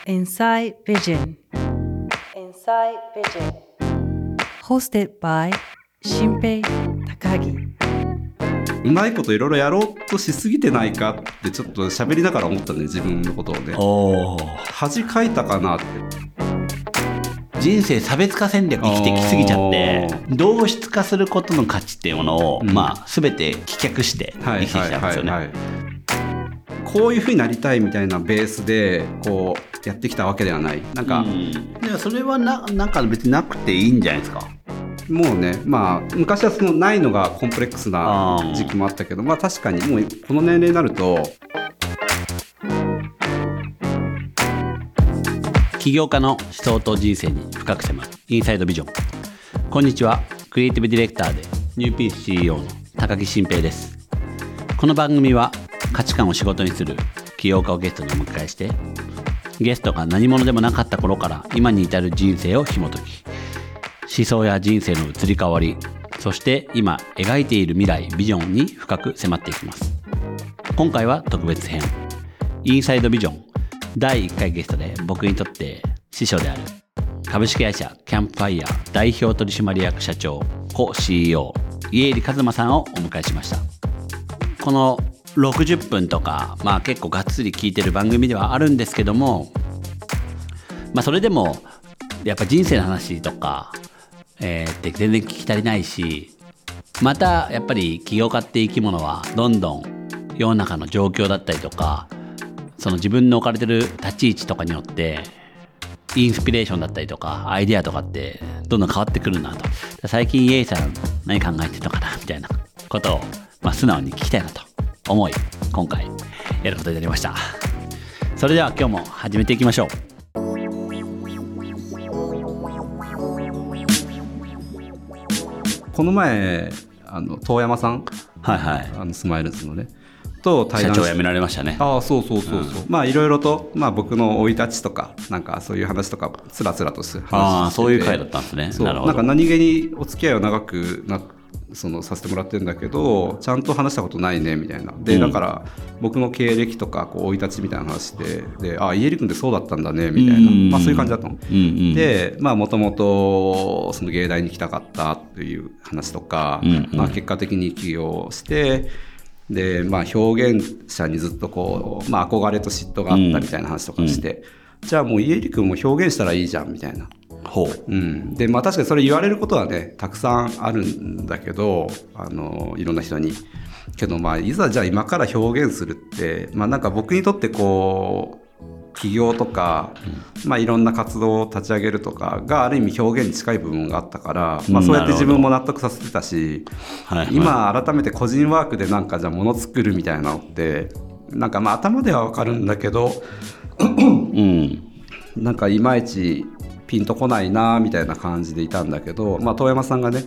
Inside Vision Hosted by 新平高木。 うまいこといろいろやろうとしすぎてないかってちょっと喋りながら思ったね、自分のことをね。恥かいたかなって。 人生差別化戦略生きてきすぎちゃって同質化することの価値っていうものを、全て棄却して生きてきたんですよね。 こういう風になりたいみたいなベースでこうやってきたわけではない。なんか、 いやそれはなんか別になくていいんじゃないですか。 もうね、昔はそのないのがコンプレックスな時期もあったけど、確かにもうこの年齢になると起業家の思想と人生に深く迫るインサイドビジョン。こんにちは、クリエイティブディレクターでニューピース CEO の高木新平です。この番組は価値観を仕事にする起業家をゲストにお迎えして、ゲストが何者でもなかった頃から今に至る人生を紐解き、思想や人生の移り変わり、そして今描いている未来ビジョンに深く迫っていきます。今回は特別編、インサイドビジョン第1回ゲストで僕にとって師匠である株式会社キャンプファイヤー代表取締役社長co CEO 家入一馬さんをお迎えしました。この60分とか、結構がっつり聞いてる番組ではあるんですけども、それでもやっぱ人生の話とか、って全然聞き足りないし、またやっぱり起業家って生き物はどんどん世の中の状況だったりとか、その自分の置かれてる立ち位置とかによってインスピレーションだったりとかアイデアとかってどんどん変わってくるなと。最近イエイさん何考えてるのかなみたいなことを、素直に聞きたいなと思い、今回やることになりました。それでは今日も始めていきましょう。 この前遠山さん、スマイルズのねと対談社長辞められましたね。 そう、いろいろと、僕の生い立ちとかなんかそういう話とかつらつらとする話してて、 そういう回だったんですね。なるほど。 なんか何気にお付き合いを長くさせてもらってるんだけど、ちゃんと話したことないねみたいな。で、だから僕の経歴とか生い立ちみたいな話で、家入君ってそうだったんだねみたいな、そういう感じだったの。で、もともとその芸大に行きたかったっていう話とか、結果的に起業してで、表現者にずっと憧れと嫉妬があったみたいな話とかして、じゃあもう家入君も表現したらいいじゃんみたいな。で、確かにそれ言われることはねたくさんあるんだけど、いろんな人にけど、いざじゃあ今から表現するって、なんか僕にとって起業とか、いろんな活動を立ち上げるとかがある意味表現に近い部分があったから、そうやって自分も納得させてたし、今改めて個人ワークでなんかじゃあ物作るみたいなのってなんか頭では分かるんだけどなんかいまいちピンとこないなみたいな感じでいたんだけど、遠山さんがね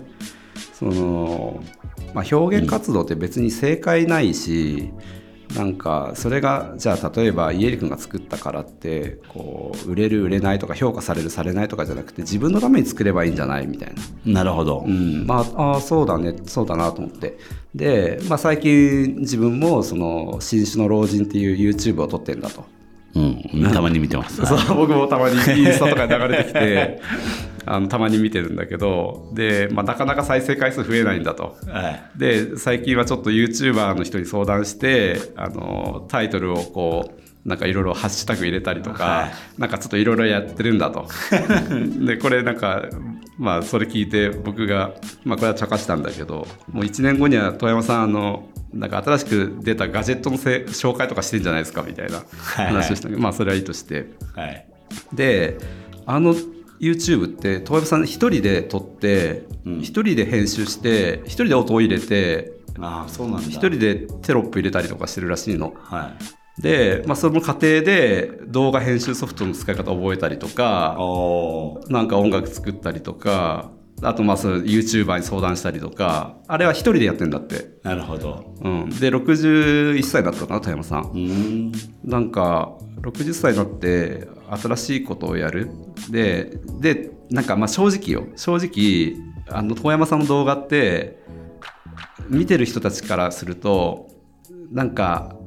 表現活動って別に正解ないし、なんかそれがじゃあ例えば家入君が作ったからって売れる売れないとか評価されるされないとかじゃなくて、自分のために作ればいいんじゃないみたいな。 なるほど。 そうだね、そうだなと思って。で、最近自分も新種の老人っていう YouTube を撮ってんだと。 たまに見てます。 僕もたまにインスタとかに流れてきてたまに見てるんだけど、で、なかなか再生回数増えないんだと。で、最近はちょっと YouTuber の人に相談してタイトルをなんかいろいろハッシュタグ入れたりとか、なんかちょっといろいろやってるんだとで、これなんかそれ聞いて僕がこれは茶化したんだけど、もう1年後には遠山さんなんか新しく出たガジェットの紹介とかしてんじゃないですかみたいな話をしたけど、それはいいとして、でYouTube って遠山さん一人で撮って一人で編集して一人で音を入れて一人でテロップ入れたりとかしてるらしいの。で、その過程で動画編集ソフトの使い方を覚えたりとか、なんか音楽作ったりとか、あとその YouTuber に相談したりとか、あれは一人でやってんだって。 なるほど。 で61歳だったかな遠山さん。なんか60歳になって新しいことをやる。でなんか正直遠山さんの動画って見てる人たちからするとなんか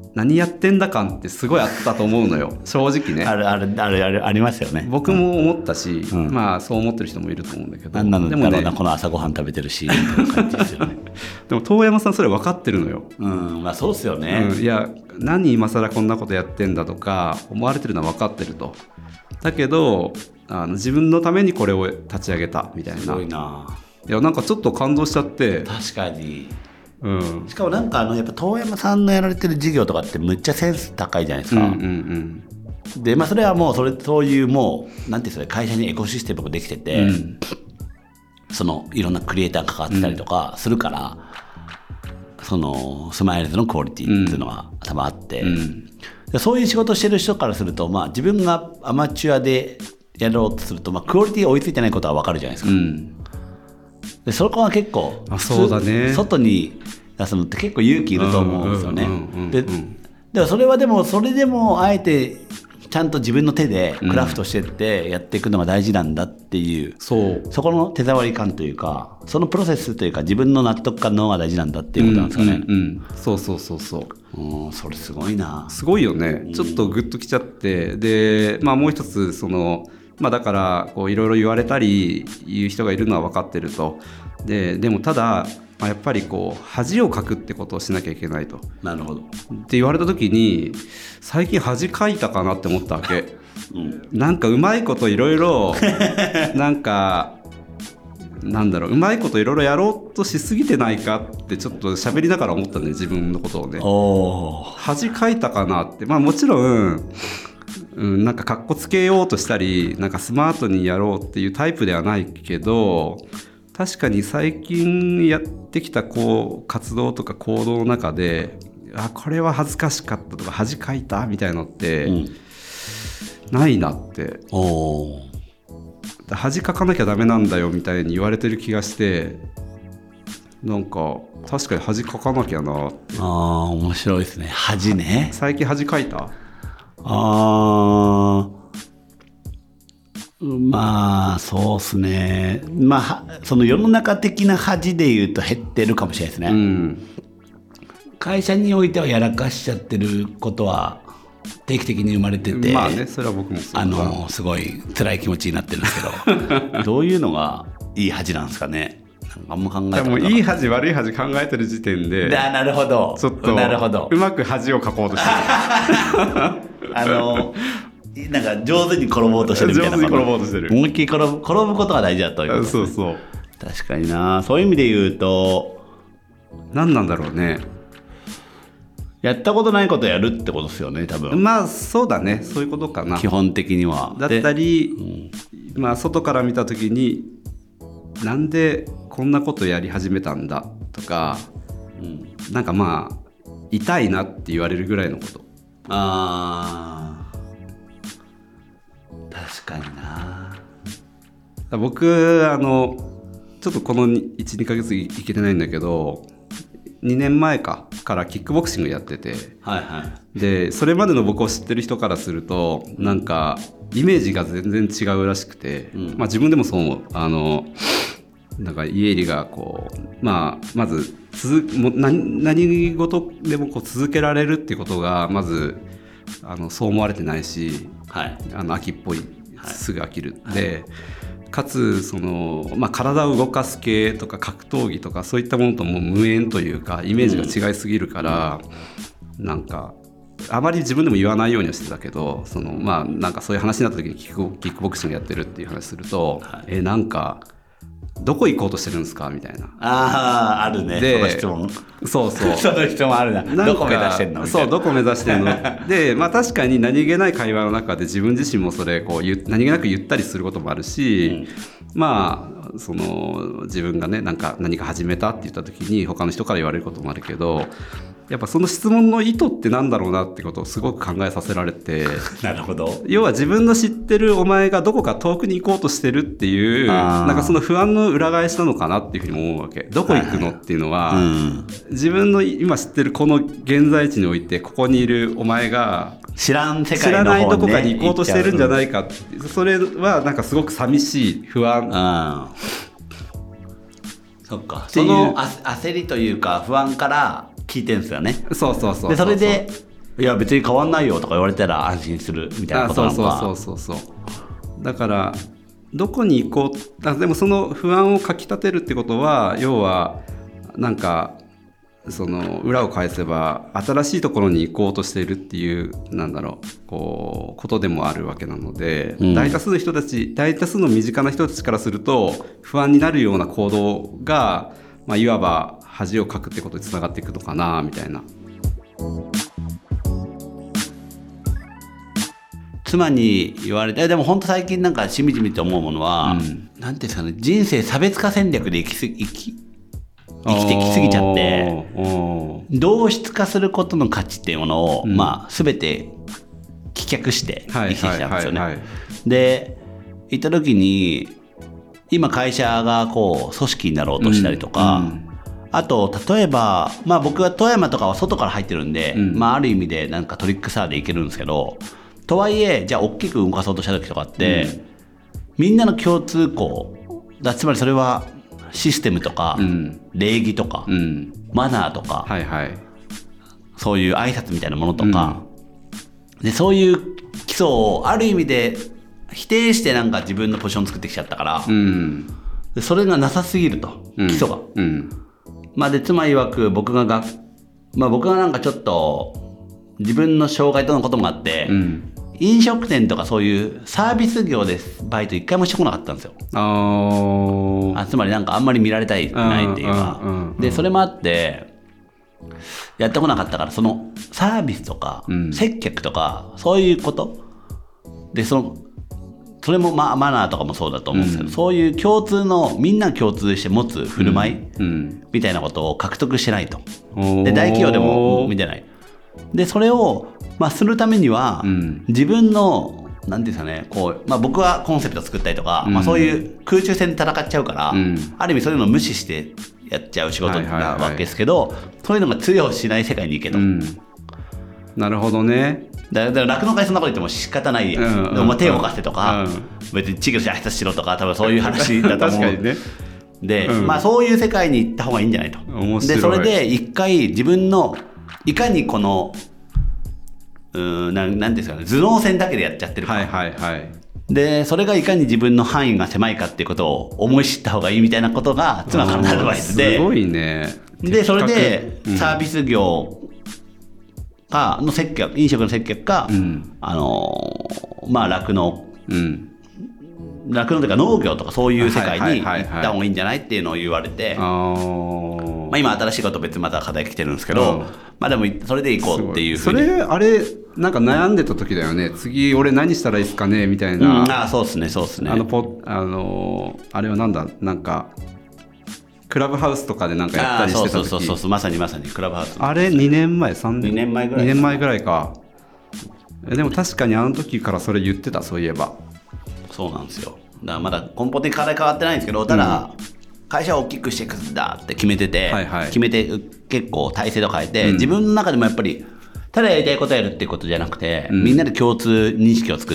何やってんだ感ってすごいあったと思うのよ正直ね。 ありますよね。 僕も思ったし、 うんまあそう思ってる人もいると思うんだけど、 なんなのでもねだろうな、この朝ごはん食べてるシーンって感じですよね。 でも遠山さんそれ分かってるのよ。 まあそうですよね。 いや何今更こんなことやってんだとか思われてるのは分かってると。だけど自分のためにこれを立ち上げたみたいな。 すごいな。 いやなんかちょっと感動しちゃって。 確かに。 うんしかもなんかやっぱ遠山さんのやられてる事業とかってむっちゃセンス高いじゃないですか。でまあそれはもうそういうもうなんていうんですかね、会社にエコシステムができてて、そのいろんなクリエイターが関わってたりとかするから、そのスマイルズのクオリティっていうのは多分あって、でそういう仕事をしてる人からすると、まあ自分がアマチュアでやろうとすると、まあクオリティが追いついてないことは分かるじゃないですか。でそこは結構そうだね、 外に出すのって結構勇気いると思うんですよね。でそれはでもそれでもあえてちゃんと自分の手でクラフトしてってやっていくのが大事なんだっていう、そこの手触り感というか、そのプロセスというか自分の納得感の方が大事なんだっていうことなんですかね。それすごいな。 すごいよね。ちょっとグッときちゃって、でまあもう一つだからいろいろ言われたり言う人がいるのは分かってると。でもただ、やっぱり恥をかくってことをしなきゃいけないと。 なるほど。 って言われた時に最近恥かいたかなって思ったわけ。なんかうまいこといろいろなんかなんだろう、うまいこといろいろやろうとしすぎてないかってちょっと喋りながら思ったね、自分のことをね。恥かいたかなって。もちろんなんかかっこつけようとしたりなんかスマートにやろうっていうタイプではないけど、確かに最近やってきた活動とか行動の中でこれは恥ずかしかったとか恥かいたみたいのって、ないなって。恥かかなきゃダメなんだよみたいに言われてる気がして、なんか確かに恥かかなきゃなって。 面白いですね。恥ね。 最近恥かいた？ まあそうですね。その世の中的な恥でいうと減ってるかもしれないですね。会社においてはやらかしちゃってることは定期的に生まれてて、 まあね、それは僕もそうすごい辛い気持ちになってるんですけどどういうのがいい恥なんですかね。あんま考えたことなかった。 いい恥悪い恥考えてる時点でなるほど、 ちょっとうまく恥をかこうとしてるなんか上手に転ぼうとしてるみたいな。 上手に転ぼうとしてる。 思いっきり転ぶことが大事だということですね。 そう確かにな。そういう意味で言うと何なんだろうね。 やったことないことやるってことですよね、多分。 そうだね、そういうことかな、 基本的には。 だったり、外から見た時になんでこんなことやり始めたんだとか、なんか痛いなって言われるぐらいのこと。 確かにな。 僕ちょっとこの 1,2 ヶ月行けてないんだけど、2年前からキックボクシングやってて、でそれまでの僕を知ってる人からするとなんかイメージが全然違うらしくて、自分でもそう思う。なんか家入がまず何事でも続けられるっていうことがまずそう思われてないし、秋っぽい、すぐ飽きる、でかつ体を動かす系とか格闘技とかそういったものとも無縁というかイメージが違いすぎるから、なんかあまり自分でも言わないようにはしてたけど、なんかそういう話になった時にキックボクシングやってるっていう話すると、なんかどこ行こうとしてるんですかみたいな。 あるね、その質問。 そうその質問あるな。どこ目指してんのみたいな。 そう、どこ目指してんので、確かに何気ない会話の中で自分自身もそれ何気なく言ったりすることもあるし、自分がね何か始めたって言った時に他の人から言われることもあるけど、やっぱその質問の意図ってなんだろうなってことをすごく考えさせられてなるほど。 要は自分の知ってるお前がどこか遠くに行こうとしてるっていうなんかその不安の裏返しなのかなっていうふうに思うわけ。どこ行くのっていうのは、自分の今知ってるこの現在地においてここにいるお前が知らん世界の方に、 知らないどこかに行こうとしてるんじゃないかって、それはなんかすごく寂しい不安。 そっか、その焦りというか不安から聞いてるんですよね。 そうでそれでいや別に変わんないよとか言われたら安心するみたいなことなのか。 そうだからどこに行こう、でもその不安をかきたてるってことは、要はなんかその裏を返せば新しいところに行こうとしているっていうことでもあるわけなので、大多数の身近な人たちからすると不安になるような行動が、いわば恥をかくってことにつながっていくのかなみたいな。 妻に言われて、でも本当最近なんかしみじみと思うものは、なんていうんですかね、人生差別化戦略で生きてきすぎちゃって、同質化することの価値っていうものを、全て棄却して生きてきたんですよね。で行った時に今会社がこう組織になろうとしたりとか、あと例えば、僕は富山とかは外から入ってるんで、ある意味でなんかトリックサーでいけるんですけど、とはいえじゃあ大きく動かそうとした時とかって、みんなの共通項だ、つまりそれはシステムとか、礼儀とか、マナーとか、そういう挨拶みたいなものとか、でそういう基礎をある意味で否定してなんか自分のポジション作ってきちゃったから、でそれがなさすぎると、基礎が。で妻曰く僕がなんかちょっと自分の障害とのこともあって、飲食店とかそういうサービス業でバイト一回もしてこなかったんですよ。つまりなんかあんまり見られたいないっていうか、でそれもあってやってこなかったから、そのサービスとか、接客とかそういうことで、それもマナーとかもそうだと思うんですけど、そういう共通のみんな共通して持つ振る舞い、みたいなことを獲得してないと。で大企業でも見てない。でそれをするためには、自分のなんていうんですかね、僕はコンセプト作ったりとか、そういう空中戦で戦っちゃうから、ある意味そういうのを無視してやっちゃう仕事なわけですけど、そういうのが通用しない世界に行けと。 なるほどね。 だから酪農家にそんなこと言っても仕方ないやん。でも手を動かせとか、別にチグして挨拶しろとか、多分そういう話だと思う。 確かにね。 で、そういう世界に行った方がいいんじゃないと。でそれで一回自分のいかにこのなんですかね、頭脳戦だけでやっちゃってるから、でそれがいかに自分の範囲が狭いかっていうことを思い知った方がいいみたいなことが妻からのアドバイスで、 すごいね。 でそれでサービス業かの接客、飲食の接客か、酪農というか農業とかそういう世界に行った方がいいんじゃないっていうのを言われて、今新しいこと別にまた課題来てるんですけど、でもそれで行こうっていうふうに。 それあれなんか悩んでた時だよね。次俺何したらいいですかねみたいな。 そうですねそうですね。 あれはなんだ、なんかクラブハウスとかでなんかやったりしてた時。 そうまさにクラブハウス。 あれ2年前 2年前ぐらい、 2年前ぐらいか。でも確かにあの時からそれ言ってた、そういえば。 そうなんですよ。だからまだ根本的に課題変わってないんですけど、ただ、会社を大きくしていくんだって決めてて、決めて結構体制と変えて、自分の中でもやっぱりただやりたいことをやるっていうことじゃなくて、みんなで共通認識を作って、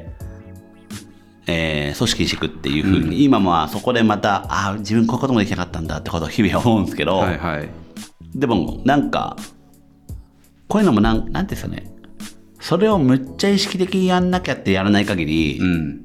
組織にしていくっていうふうに、今もそこでまた自分こういうこともできなかったんだってことを日々思うんですけど、でもなんかこういうのもなんていうんですかね、それをむっちゃ意識的にやんなきゃってやらない限り、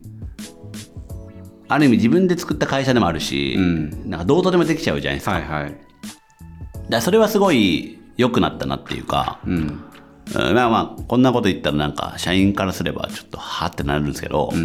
ある意味自分で作った会社でもあるし、なんかどうとでもできちゃうじゃないですか。だからそれはすごい良くなったなっていうか、こんなこと言ったらなんか社員からすればちょっとはってなるんですけど、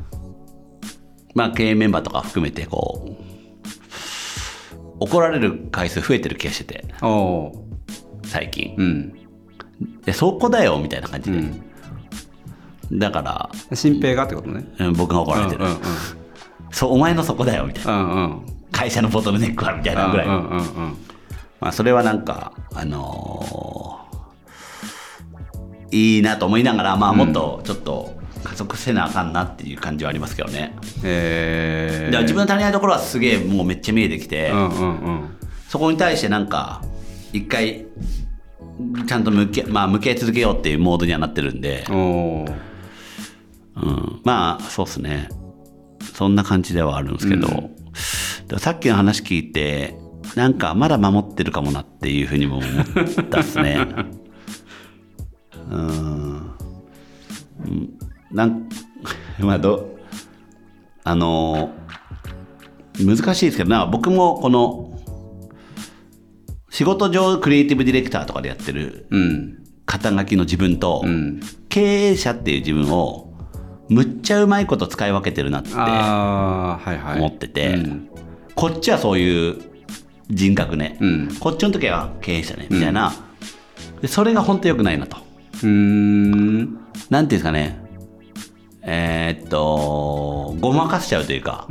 経営メンバーとか含めてこう怒られる回数増えてる気がしてて、最近、でそこだよみたいな感じで、だから新平がってことね。 僕が怒られてる、お前のそこだよみたいな、会社のボトルネックはみたいなぐらい、それはなんかいいなと思いながら、もっとちょっと加速せなあかんなっていう感じはありますけどね。だから自分の足りないところはすげえもうめっちゃ見えてきて、そこに対してなんか一回ちゃんと向き合い続けようっていうモードにはなってるんで、そうですね、そんな感じではあるんですけど、でもさっきの話聞いてなんかまだ守ってるかもなっていうふうにも思ったっすね。 まあ難しいですけどな、僕もこの仕事上クリエイティブディレクターとかでやってる肩書きの自分と、経営者っていう自分をむっちゃうまいこと使い分けてるなって思ってて、こっちはそういう人格ね、こっちの時は経営者ねみたいな、でそれが本当良くないなと。なんていうんですかね、ごまかしちゃうというか、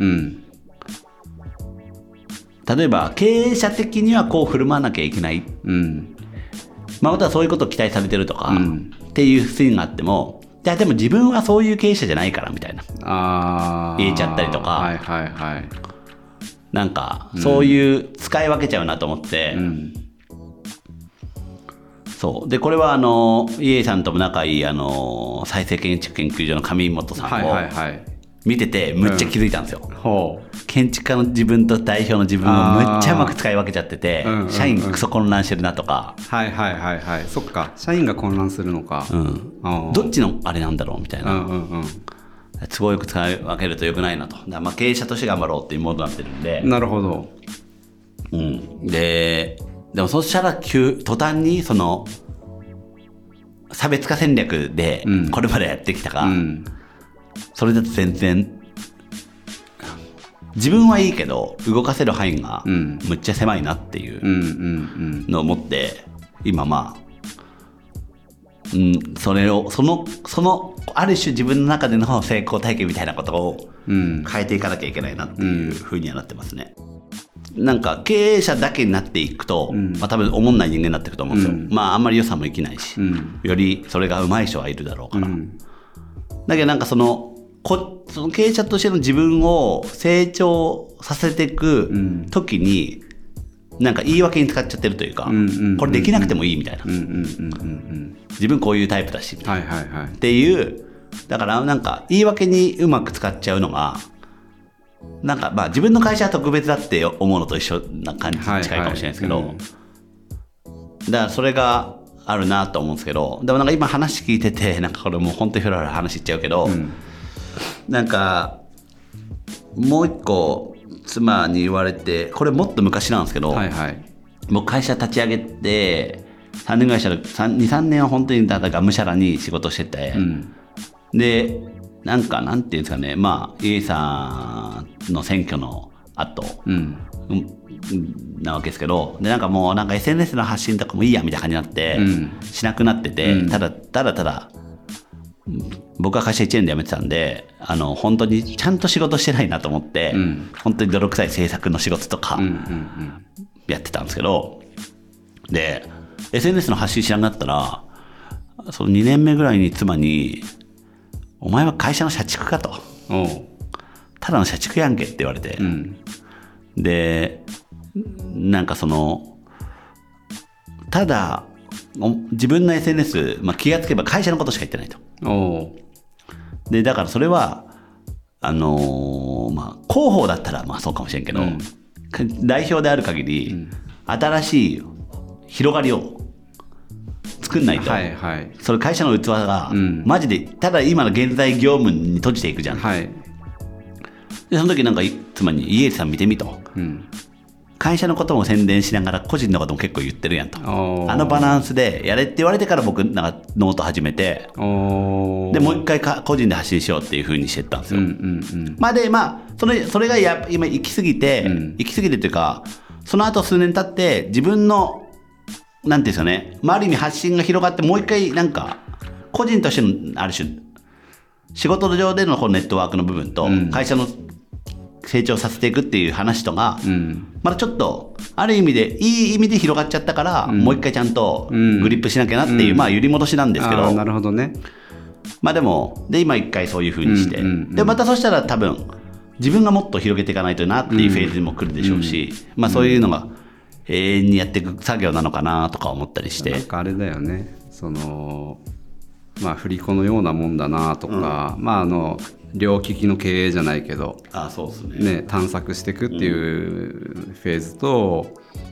例えば経営者的にはこう振る舞わなきゃいけない、またはそういうことを期待されてるとか、っていうシーンがあっても、でも自分はそういう経営者じゃないからみたいな言えちゃったりとか、なんかそういう使い分けちゃうなと思って、そうでこれは家さんとも仲いい再生建築研究所の上本さんを見ててむっちゃ気づいたんですよ、建築家の自分と代表の自分をむっちゃうまく使い分けちゃってて、社員クソ混乱してるなとか、 そっか、社員が混乱するのか、 どっちのあれなんだろうみたいな、都合よく使い分けるとよくないなと。まあ経営者として頑張ろうっていうモードになってるんで。 なるほど。 でもそしたら途端にその差別化戦略でこれまでやってきたが、それだと全然自分はいいけど動かせる範囲がむっちゃ狭いなっていうのを思って、今まあそれをそのある種自分の中での成功体験みたいなことを変えていかなきゃいけないなっていう風にはなってますね。なんか経営者だけになっていくと、多分思んない人間になっていくと思うんですよ。あんまり予算も生きないし、よりそれが上手い人はいるだろうから、だけどなんかその経営者としての自分を成長させていく時に、なんか言い訳に使っちゃってるというか、これできなくてもいいみたいな、自分こういうタイプだしみたいな、っていうだからなんか言い訳にうまく使っちゃうのが、なんかまあ自分の会社は特別だって思うのと一緒な感じに近いかもしれないですけど、だからそれがあるなと思うんですけど、でもなんか今話聞いてて、なんかこれもう本当にフラフラ話しちゃうけど、なんかもう一個妻に言われて、これもっと昔なんですけど、僕会社立ち上げて3年ぐらいしたら 2,3 年は本当にがむしゃらに仕事してて、でなんていうんですかね、まあ家さんの選挙の後、なわけですけど、でなんかもうなんか SNS の発信とかもいいやみたいな感じになって、しなくなってて、ただ僕は会社1年で辞めてたんで、本当にちゃんと仕事してないなと思って、本当に泥臭い制作の仕事とかやってたんですけど、で SNS の発信しなくなったら、その2年目ぐらいに妻にお前は会社の社畜かと、ただの社畜やんけって言われて、でなんかそのただ自分の SNS、気がつけば会社のことしか言ってないと。でだからそれは広報だったらそうかもしれんけど、代表である限り、新しい広がりを作んないと、それ会社の器が、マジでただ今の現在業務に閉じていくじゃん、でその時なんか妻に家さん見てみと、会社のことも宣伝しながら個人のことも結構言ってるやんと、バランスでやれって言われてから僕なんかノート始めて、でもう一回個人で発信しようっていう風にしてったんですよ。それが今行き過ぎてというか、その後数年経って自分のなんていうんですかね、ある意味発信が広がって、もう一回なんか個人としてのある種仕事上でのこのネットワークの部分と、会社の成長させていくっていう話とが、まだちょっとある意味でいい意味で広がっちゃったから、もう一回ちゃんとグリップしなきゃなっていう、揺り戻しなんですけど、 なるほどね。 でも今一回そういう風にして、でまたそしたら多分自分がもっと広げていかないとなっていうフェーズにも来るでしょうし、そういうのが永遠にやっていく作業なのかなとか思ったりして、 なんかあれだよね、その振り子のようなもんだなとか、両利きの経営じゃないけど、 そうですね、 探索していくっていうフェーズと、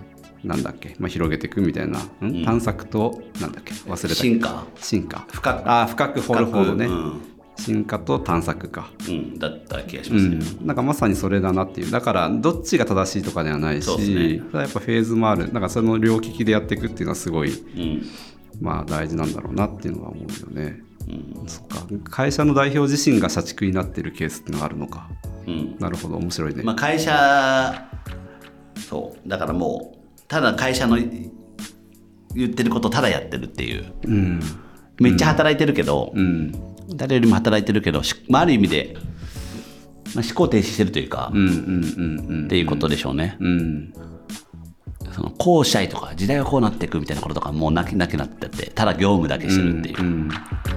なんだっけ、広げていくみたいな、探索となんだっけ忘れた進化深く掘るほどね、進化と探索か、 だった気がしますね、 なんかまさにそれだなっていう。だからどっちが正しいとかではないし、やっぱフェーズもある。なんかその両利きでやっていくっていうのはすごい、大事なんだろうなっていうのは思うよね。そっか、会社の代表自身が社畜になってるケースっていうのがあるのか、なるほど、面白いね。 会社そうだからもうただ会社の言ってることをただやってるっていう、めっちゃ働いてるけど、誰よりも働いてるけど、ある意味で、思考停止してるというか、っていうことでしょうね。そのこうしたいとか時代がこうなっていくみたいなこととかもうなくなってってただ業務だけしてるっていう、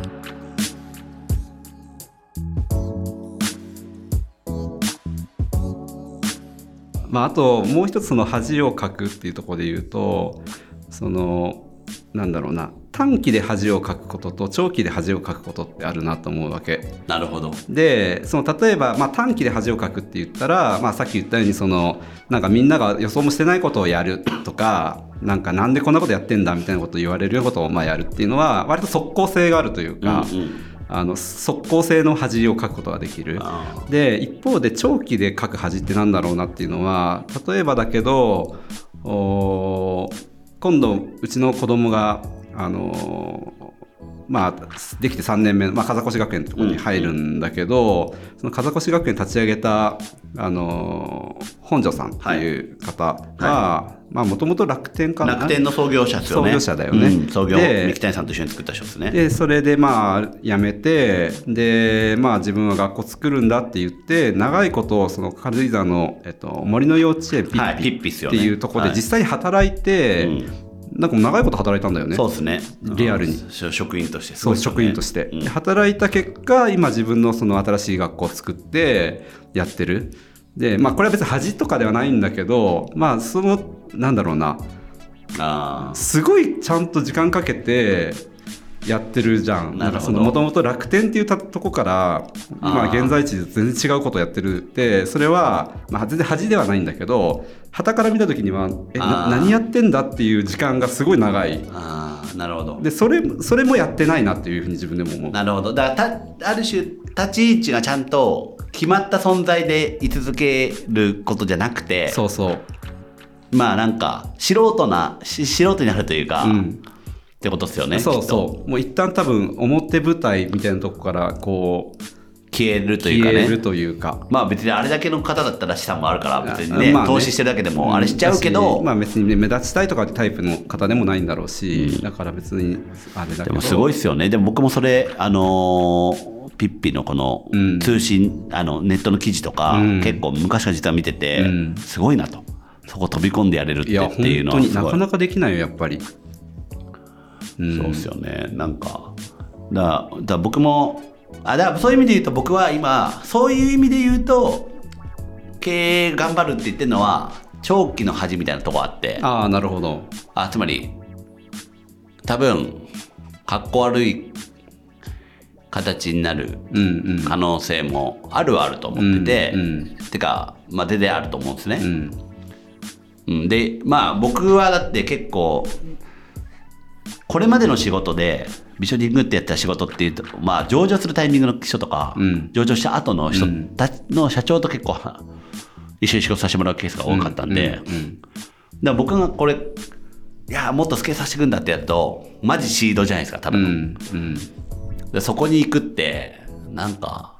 あともう一つその恥をかくっていうところで言うと、そのなんだろうな、短期で恥をかくことと長期で恥をかくことってあるなと思うわけ。 なるほど。 でその例えば、短期で恥をかくって言ったら、さっき言ったようにそのなんかみんなが予想もしてないことをやるとか、なんでこんなことやってんだみたいなことを言われるようなことをやるっていうのは割と即効性があるというか、即効性の恥をかくことができる。で一方で長期でかく恥ってなんだろうなっていうのは、例えばだけど今度うちの子供ができて3年目の、風越学園ってところに入るんだけど、その風越学園立ち上げた本庄さんっていう方がもともと楽天かな、 楽天の創業者ですよね。 創業者だよね、 創業三木谷さんと一緒に作った人ですね。 でそれで辞めて、で自分は学校作るんだって言って長いことその軽井沢の、森の幼稚園ピッピっていうところで実際に働いて、なんかもう長いこと働いたんだよね。 そうですね、 リアルに職員として、 そう職員として、で働いた結果今自分のその新しい学校を作ってやってる。でこれは別に恥とかではないんだけど、そのなんだろうな、すごいちゃんと時間かけてやってるじゃん。もともと楽天っていうとこから現在地で全然違うことをやってるって、それは全然恥ではないんだけど、傍から見た時には何やってんだっていう時間がすごい長い。 なるほど。 でそれもやってないなっていうふうに自分でも思う。 なるほど。だからある種立ち位置がちゃんと決まった存在で居続けることじゃなくて、 そうそうなんか素人になるというか、ってことですよね。 そうそう、もう一旦多分表舞台みたいなとこからこう消えるというかね。 消えるというか、 別にあれだけの方だったら資産もあるから別にね、投資してるだけでもあれしちゃうけど、 別にね目立ちたいとかってタイプの方でもないんだろうし、だから別にあれだけど、 でもすごいですよね。でも僕もそれピッピのこの通信、ネットの記事とか、結構昔から実は見てて、すごいなと。そこ飛び込んでやれるっていうのはすごい。いや本当になかなかできないよやっぱり。 そうですよね。なんかだ僕もだからそういう意味で言うと、僕は今そういう意味で言うと経営頑張るって言ってるのは長期の恥みたいなとこあって、 なるほど。 つまり多分かっこ悪い形になる可能性もあると思ってて、てか全然あると思うんですね。で僕はだって結構これまでの仕事でビジョニングってやった仕事っていうと、上場するタイミングの人とか、上場した後の人たちの社長と結構一緒に仕事させてもらうケースが多かったんで、だから僕がこれもっとスケールさせていくんだってやるとマジシードじゃないですか多分、でそこに行くってなんか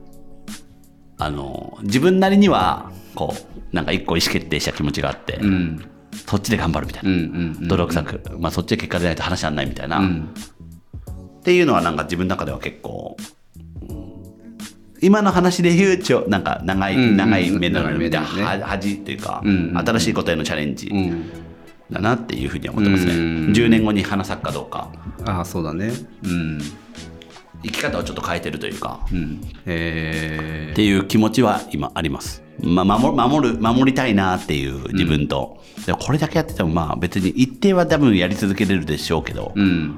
自分なりにはこうなんか一個意思決定した気持ちがあって、そっちで頑張るみたいな、努力作、そっちで結果出ないと話にならないみたいな、っていうのはなんか自分の中では結構、今の話で言うなんか長い目のみたいな恥っていうか、新しいことへのチャレンジだなっていうふうに思ってますね。10年後に花咲くかどうか。 そうだね。 生き方をちょっと変えてるというか、っていう気持ちは今あります。守りたいなっていう自分と、でこれだけやってても別に一定は多分やり続けれるでしょうけど、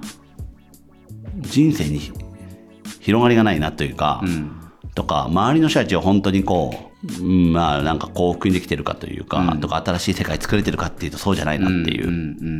人生に広がりがないなというか、とか周りの人たちを本当にこまあなんか幸福にできてるかというか、とか新しい世界作れてるかっていうとそうじゃないなっていう、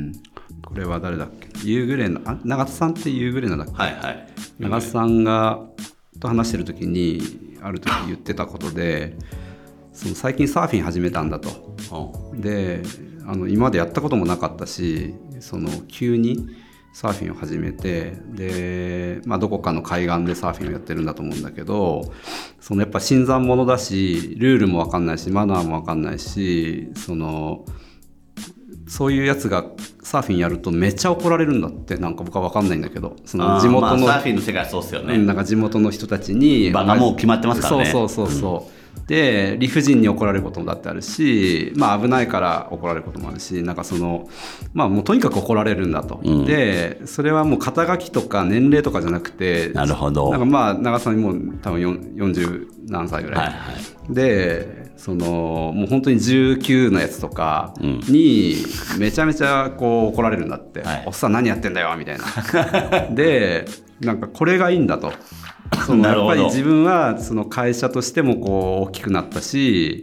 これは誰だっけ、ユーグレナ、長田さんってユーグレナだっけ、 はいはい、 長田さんがと話してる時にある時言ってたことで、その最近サーフィン始めたんだと、で今までやったこともなかったし、その急にサーフィンを始めて、で、どこかの海岸でサーフィンをやってるんだと思うんだけど、そのやっぱ新参者だし、ルールも分かんないし、マナーも分かんないし、そういうやつがサーフィンやるとめっちゃ怒られるんだって。なんか僕は分かんないんだけど、その地元の、 サーフィンの世界はそうっすよね。 なんか地元の人たちに場がもう決まってますからね。 で理不尽に怒られることもだってあるし、危ないから怒られることもあるし、なんかもうとにかく怒られるんだと、でそれはもう肩書きとか年齢とかじゃなくて、 なるほど、 なんか長さんにもう多分40何歳ぐらい、でもう本当に19のやつとかにめちゃめちゃこう怒られるんだって、おっさん何やってんだよみたいなでなんかこれがいいんだとやっぱり自分はその会社としてもこう大きくなったし、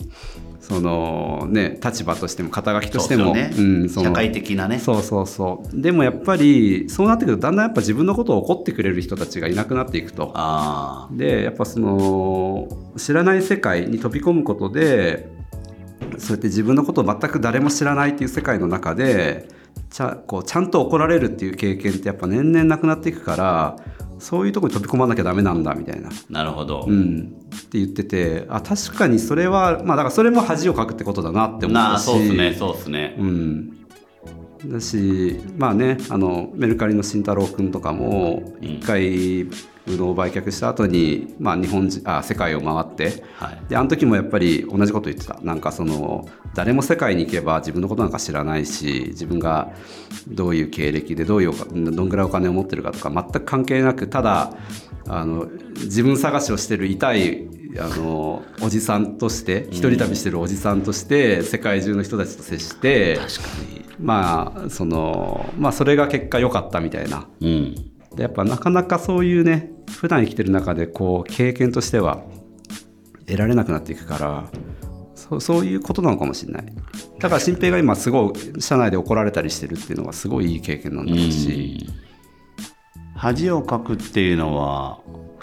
立場としても肩書きとしても、 社会的なね、 でもやっぱりそうなってくるとだんだんやっぱ自分のことを怒ってくれる人たちがいなくなっていくと。でやっぱ知らない世界に飛び込むことで、そうやって自分のことを全く誰も知らないっていう世界の中でちゃんと怒られるっていう経験ってやっぱ年々なくなっていくから、そういうところに飛び込まなきゃダメなんだみたいな。 なるほど、 って言ってて、確かにそれはだからそれも恥をかくってことだなって思ったし、 そうですね、 だしメルカリの慎太郎くんとかも一回うどんを売却した後に、世界を回って、であの時もやっぱり同じこと言ってた。なんか誰も世界に行けば自分のことなんか知らないし、自分がどういう経歴でどんぐらいお金を持ってるかとか全く関係なく、ただ自分探しをしてる痛いおじさんとして、一人旅してるおじさんとして世界中の人たちと接して、 確かにそれが結果良かったみたいな、でやっぱなかなかそういうね、普段生きてる中でこう経験としては得られなくなっていくから、そういうことなのかもしれない。だから新平が今すごい社内で怒られたりしてるっていうのはすごいいい経験なんだろうし、 恥をかくっていうのは、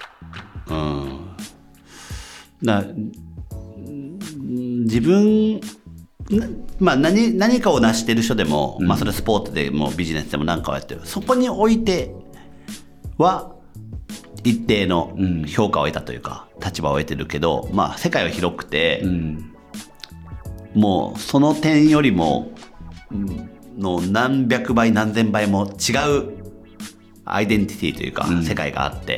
自分何かを成してる人でも、それスポーツでもビジネスでも何かをやってる、そこにおいては一定の評価を得たというか、立場を得てるけど、世界は広くて、もうその点よりもの何百倍何千倍も違うアイデンティティというか、世界があって、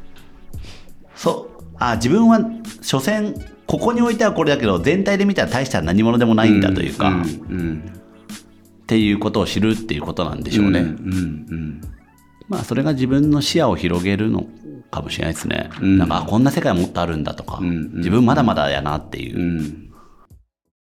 自分は所詮ここにおいてはこれだけど、全体で見たら大した何者でもないんだというか、っていうことを知るっていうことなんでしょうね。それが自分の視野を広げるのかもしれないですね。なんかこんな世界もっとあるんだとか、自分まだまだやなっていう。